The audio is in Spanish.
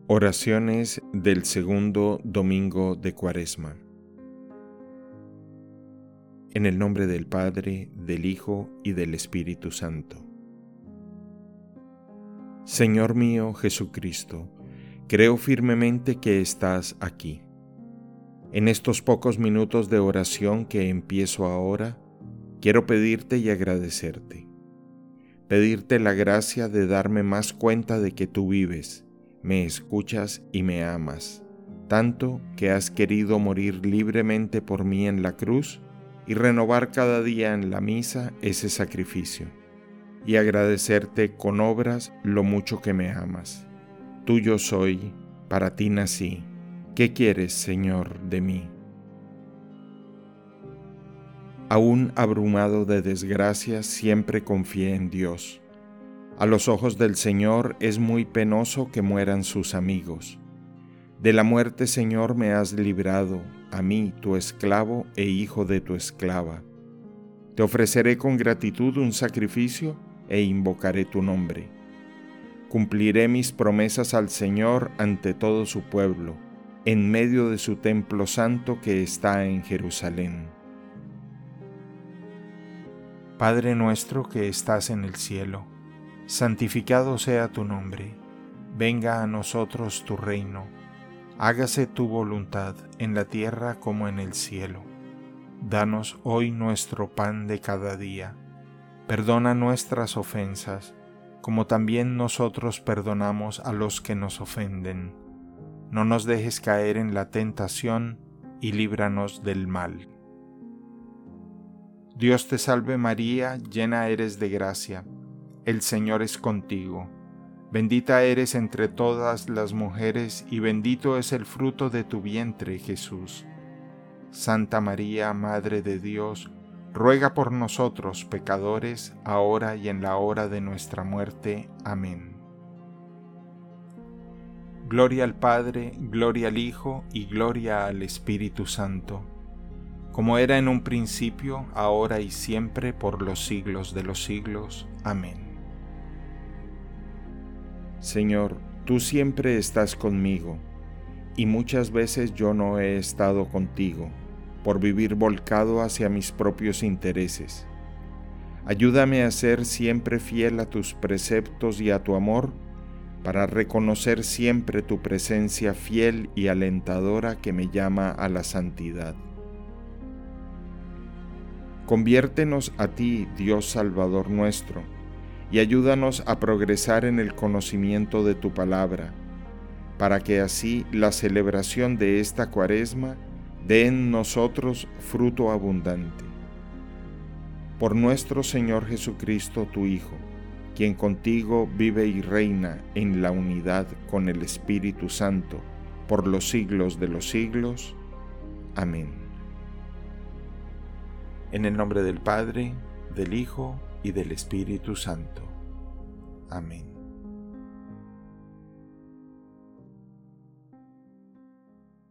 Oraciones del segundo domingo de Cuaresma. En el nombre del Padre, del Hijo y del Espíritu Santo. Señor mío Jesucristo, creo firmemente que estás aquí. En estos pocos minutos de oración que empiezo ahora, quiero pedirte y agradecerte. Pedirte la gracia de darme más cuenta de que tú vives, me escuchas y me amas, tanto que has querido morir libremente por mí en la cruz y renovar cada día en la misa ese sacrificio, y agradecerte con obras lo mucho que me amas. Tuyo soy, para ti nací. ¿Qué quieres, Señor, de mí? Aún abrumado de desgracias, siempre confié en Dios. A los ojos del Señor es muy penoso que mueran sus amigos. De la muerte, Señor, me has librado, a mí, tu esclavo e hijo de tu esclava. Te ofreceré con gratitud un sacrificio e invocaré tu nombre. Cumpliré mis promesas al Señor ante todo su pueblo, en medio de su templo santo que está en Jerusalén. Padre nuestro que estás en el cielo, santificado sea tu nombre. Venga a nosotros tu reino. Hágase tu voluntad en la tierra como en el cielo. Danos hoy nuestro pan de cada día. Perdona nuestras ofensas, como también nosotros perdonamos a los que nos ofenden. No nos dejes caer en la tentación y líbranos del mal. Dios te salve María, llena eres de gracia. El Señor es contigo. Bendita eres entre todas las mujeres y bendito es el fruto de tu vientre, Jesús. Santa María, Madre de Dios, ruega por nosotros pecadores, ahora y en la hora de nuestra muerte. Amén. Gloria al Padre, gloria al Hijo y gloria al Espíritu Santo, como era en un principio, ahora y siempre, por los siglos de los siglos. Amén. Señor, tú siempre estás conmigo, y muchas veces yo no he estado contigo, por vivir volcado hacia mis propios intereses. Ayúdame a ser siempre fiel a tus preceptos y a tu amor, para reconocer siempre tu presencia fiel y alentadora que me llama a la santidad. Conviértenos a ti, Dios Salvador nuestro, y ayúdanos a progresar en el conocimiento de tu palabra, para que así la celebración de esta Cuaresma dé en nosotros fruto abundante. Por nuestro Señor Jesucristo, tu Hijo, quien contigo vive y reina en la unidad con el Espíritu Santo, por los siglos de los siglos. Amén. En el nombre del Padre, del Hijo y del Espíritu Santo. Amén.